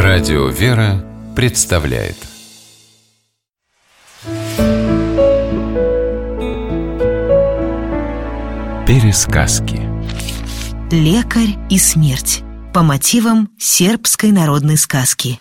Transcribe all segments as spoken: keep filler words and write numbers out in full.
Радио «Вера» представляет Пересказки. Лекарь и смерть по мотивам сербской народной сказки.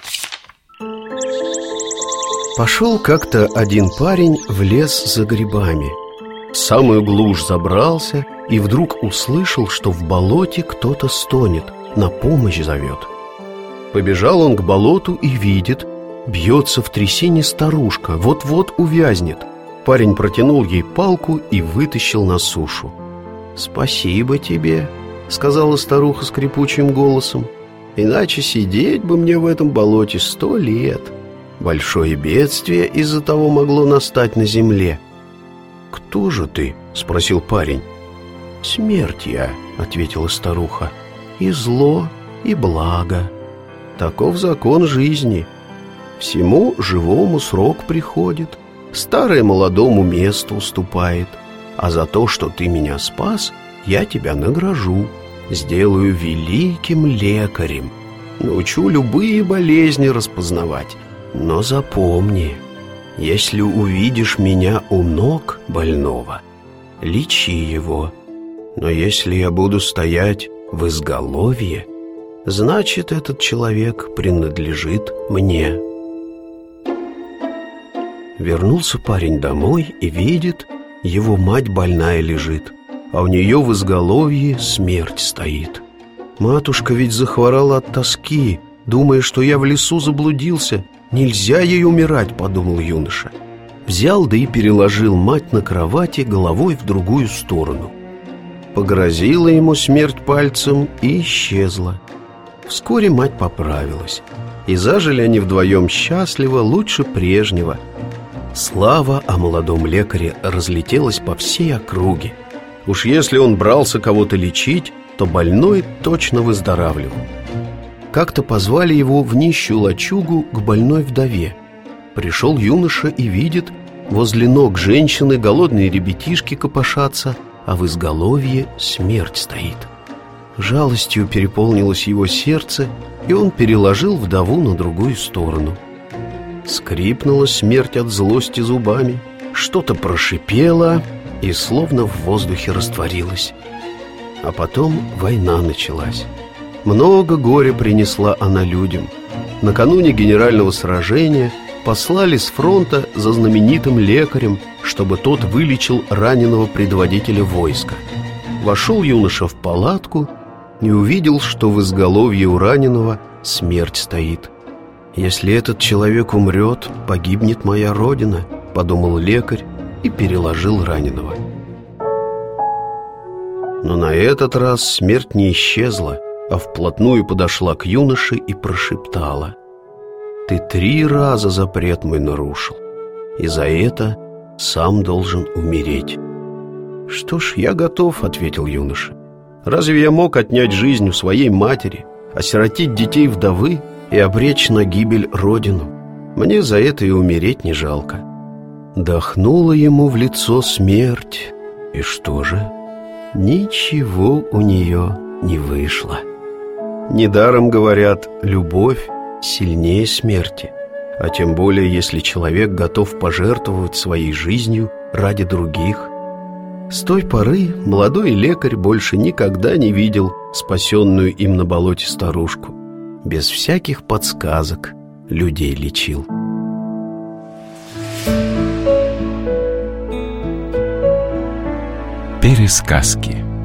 Пошел как-то один парень в лес за грибами. В самую глушь забрался и вдруг услышал, что в болоте кто-то стонет, на помощь зовет. Побежал он к болоту и видит, бьется в трясине старушка, вот-вот увязнет. Парень протянул ей палку и вытащил на сушу. «Спасибо тебе», — сказала старуха скрипучим голосом, «иначе сидеть бы мне в этом болоте сто лет. Большое бедствие из-за того могло настать на земле». «Кто же ты?» — спросил парень. «Смерть я», — ответила старуха, — «и зло, и благо. Таков закон жизни. Всему живому срок приходит, старое молодому месту уступает. А за то, что ты меня спас, я тебя награжу, сделаю великим лекарем, научу любые болезни распознавать. Но запомни, если увидишь меня у ног больного, лечи его. Но если я буду стоять в изголовье, значит, этот человек принадлежит мне». Вернулся парень домой и видит, его мать больная лежит, а у нее в изголовье смерть стоит. «Матушка ведь захворала от тоски, думая, что я в лесу заблудился. Нельзя ей умирать», — подумал юноша. Взял да и переложил мать на кровати головой в другую сторону. Погрозила ему смерть пальцем и исчезла. Вскоре мать поправилась, и зажили они вдвоем счастливо, лучше прежнего. Слава о молодом лекаре разлетелась по всей округе. Уж если он брался кого-то лечить, то больной точно выздоравливал. Как-то позвали его в нищую лачугу к больной вдове. Пришел юноша и видит, возле ног женщины голодные ребятишки копошатся, а в изголовье смерть стоит. Жалостью переполнилось его сердце, и он переложил вдову на другую сторону. Скрипнула смерть от злости зубами, что-то прошипело и словно в воздухе растворилась. А потом война началась. Много горя принесла она людям. Накануне генерального сражения послали с фронта за знаменитым лекарем, чтобы тот вылечил раненого предводителя войска. Вошел юноша в палатку и увидел, что в изголовье у раненого смерть стоит. «Если этот человек умрет, погибнет моя родина», — подумал лекарь и переложил раненого. Но на этот раз смерть не исчезла, а вплотную подошла к юноше и прошептала: «Ты три раза запрет мой нарушил, и за это сам должен умереть». «Что ж, я готов», — ответил юноша. «Разве я мог отнять жизнь у своей матери, осиротить детей вдовы и обречь на гибель родину? Мне за это и умереть не жалко». Дохнула ему в лицо смерть, и что же? Ничего у нее не вышло. Недаром говорят, любовь сильнее смерти, а тем более, если человек готов пожертвовать своей жизнью ради других. С той поры молодой лекарь больше никогда не видел спасенную им на болоте старушку. Без всяких подсказок людей лечил. Пересказки.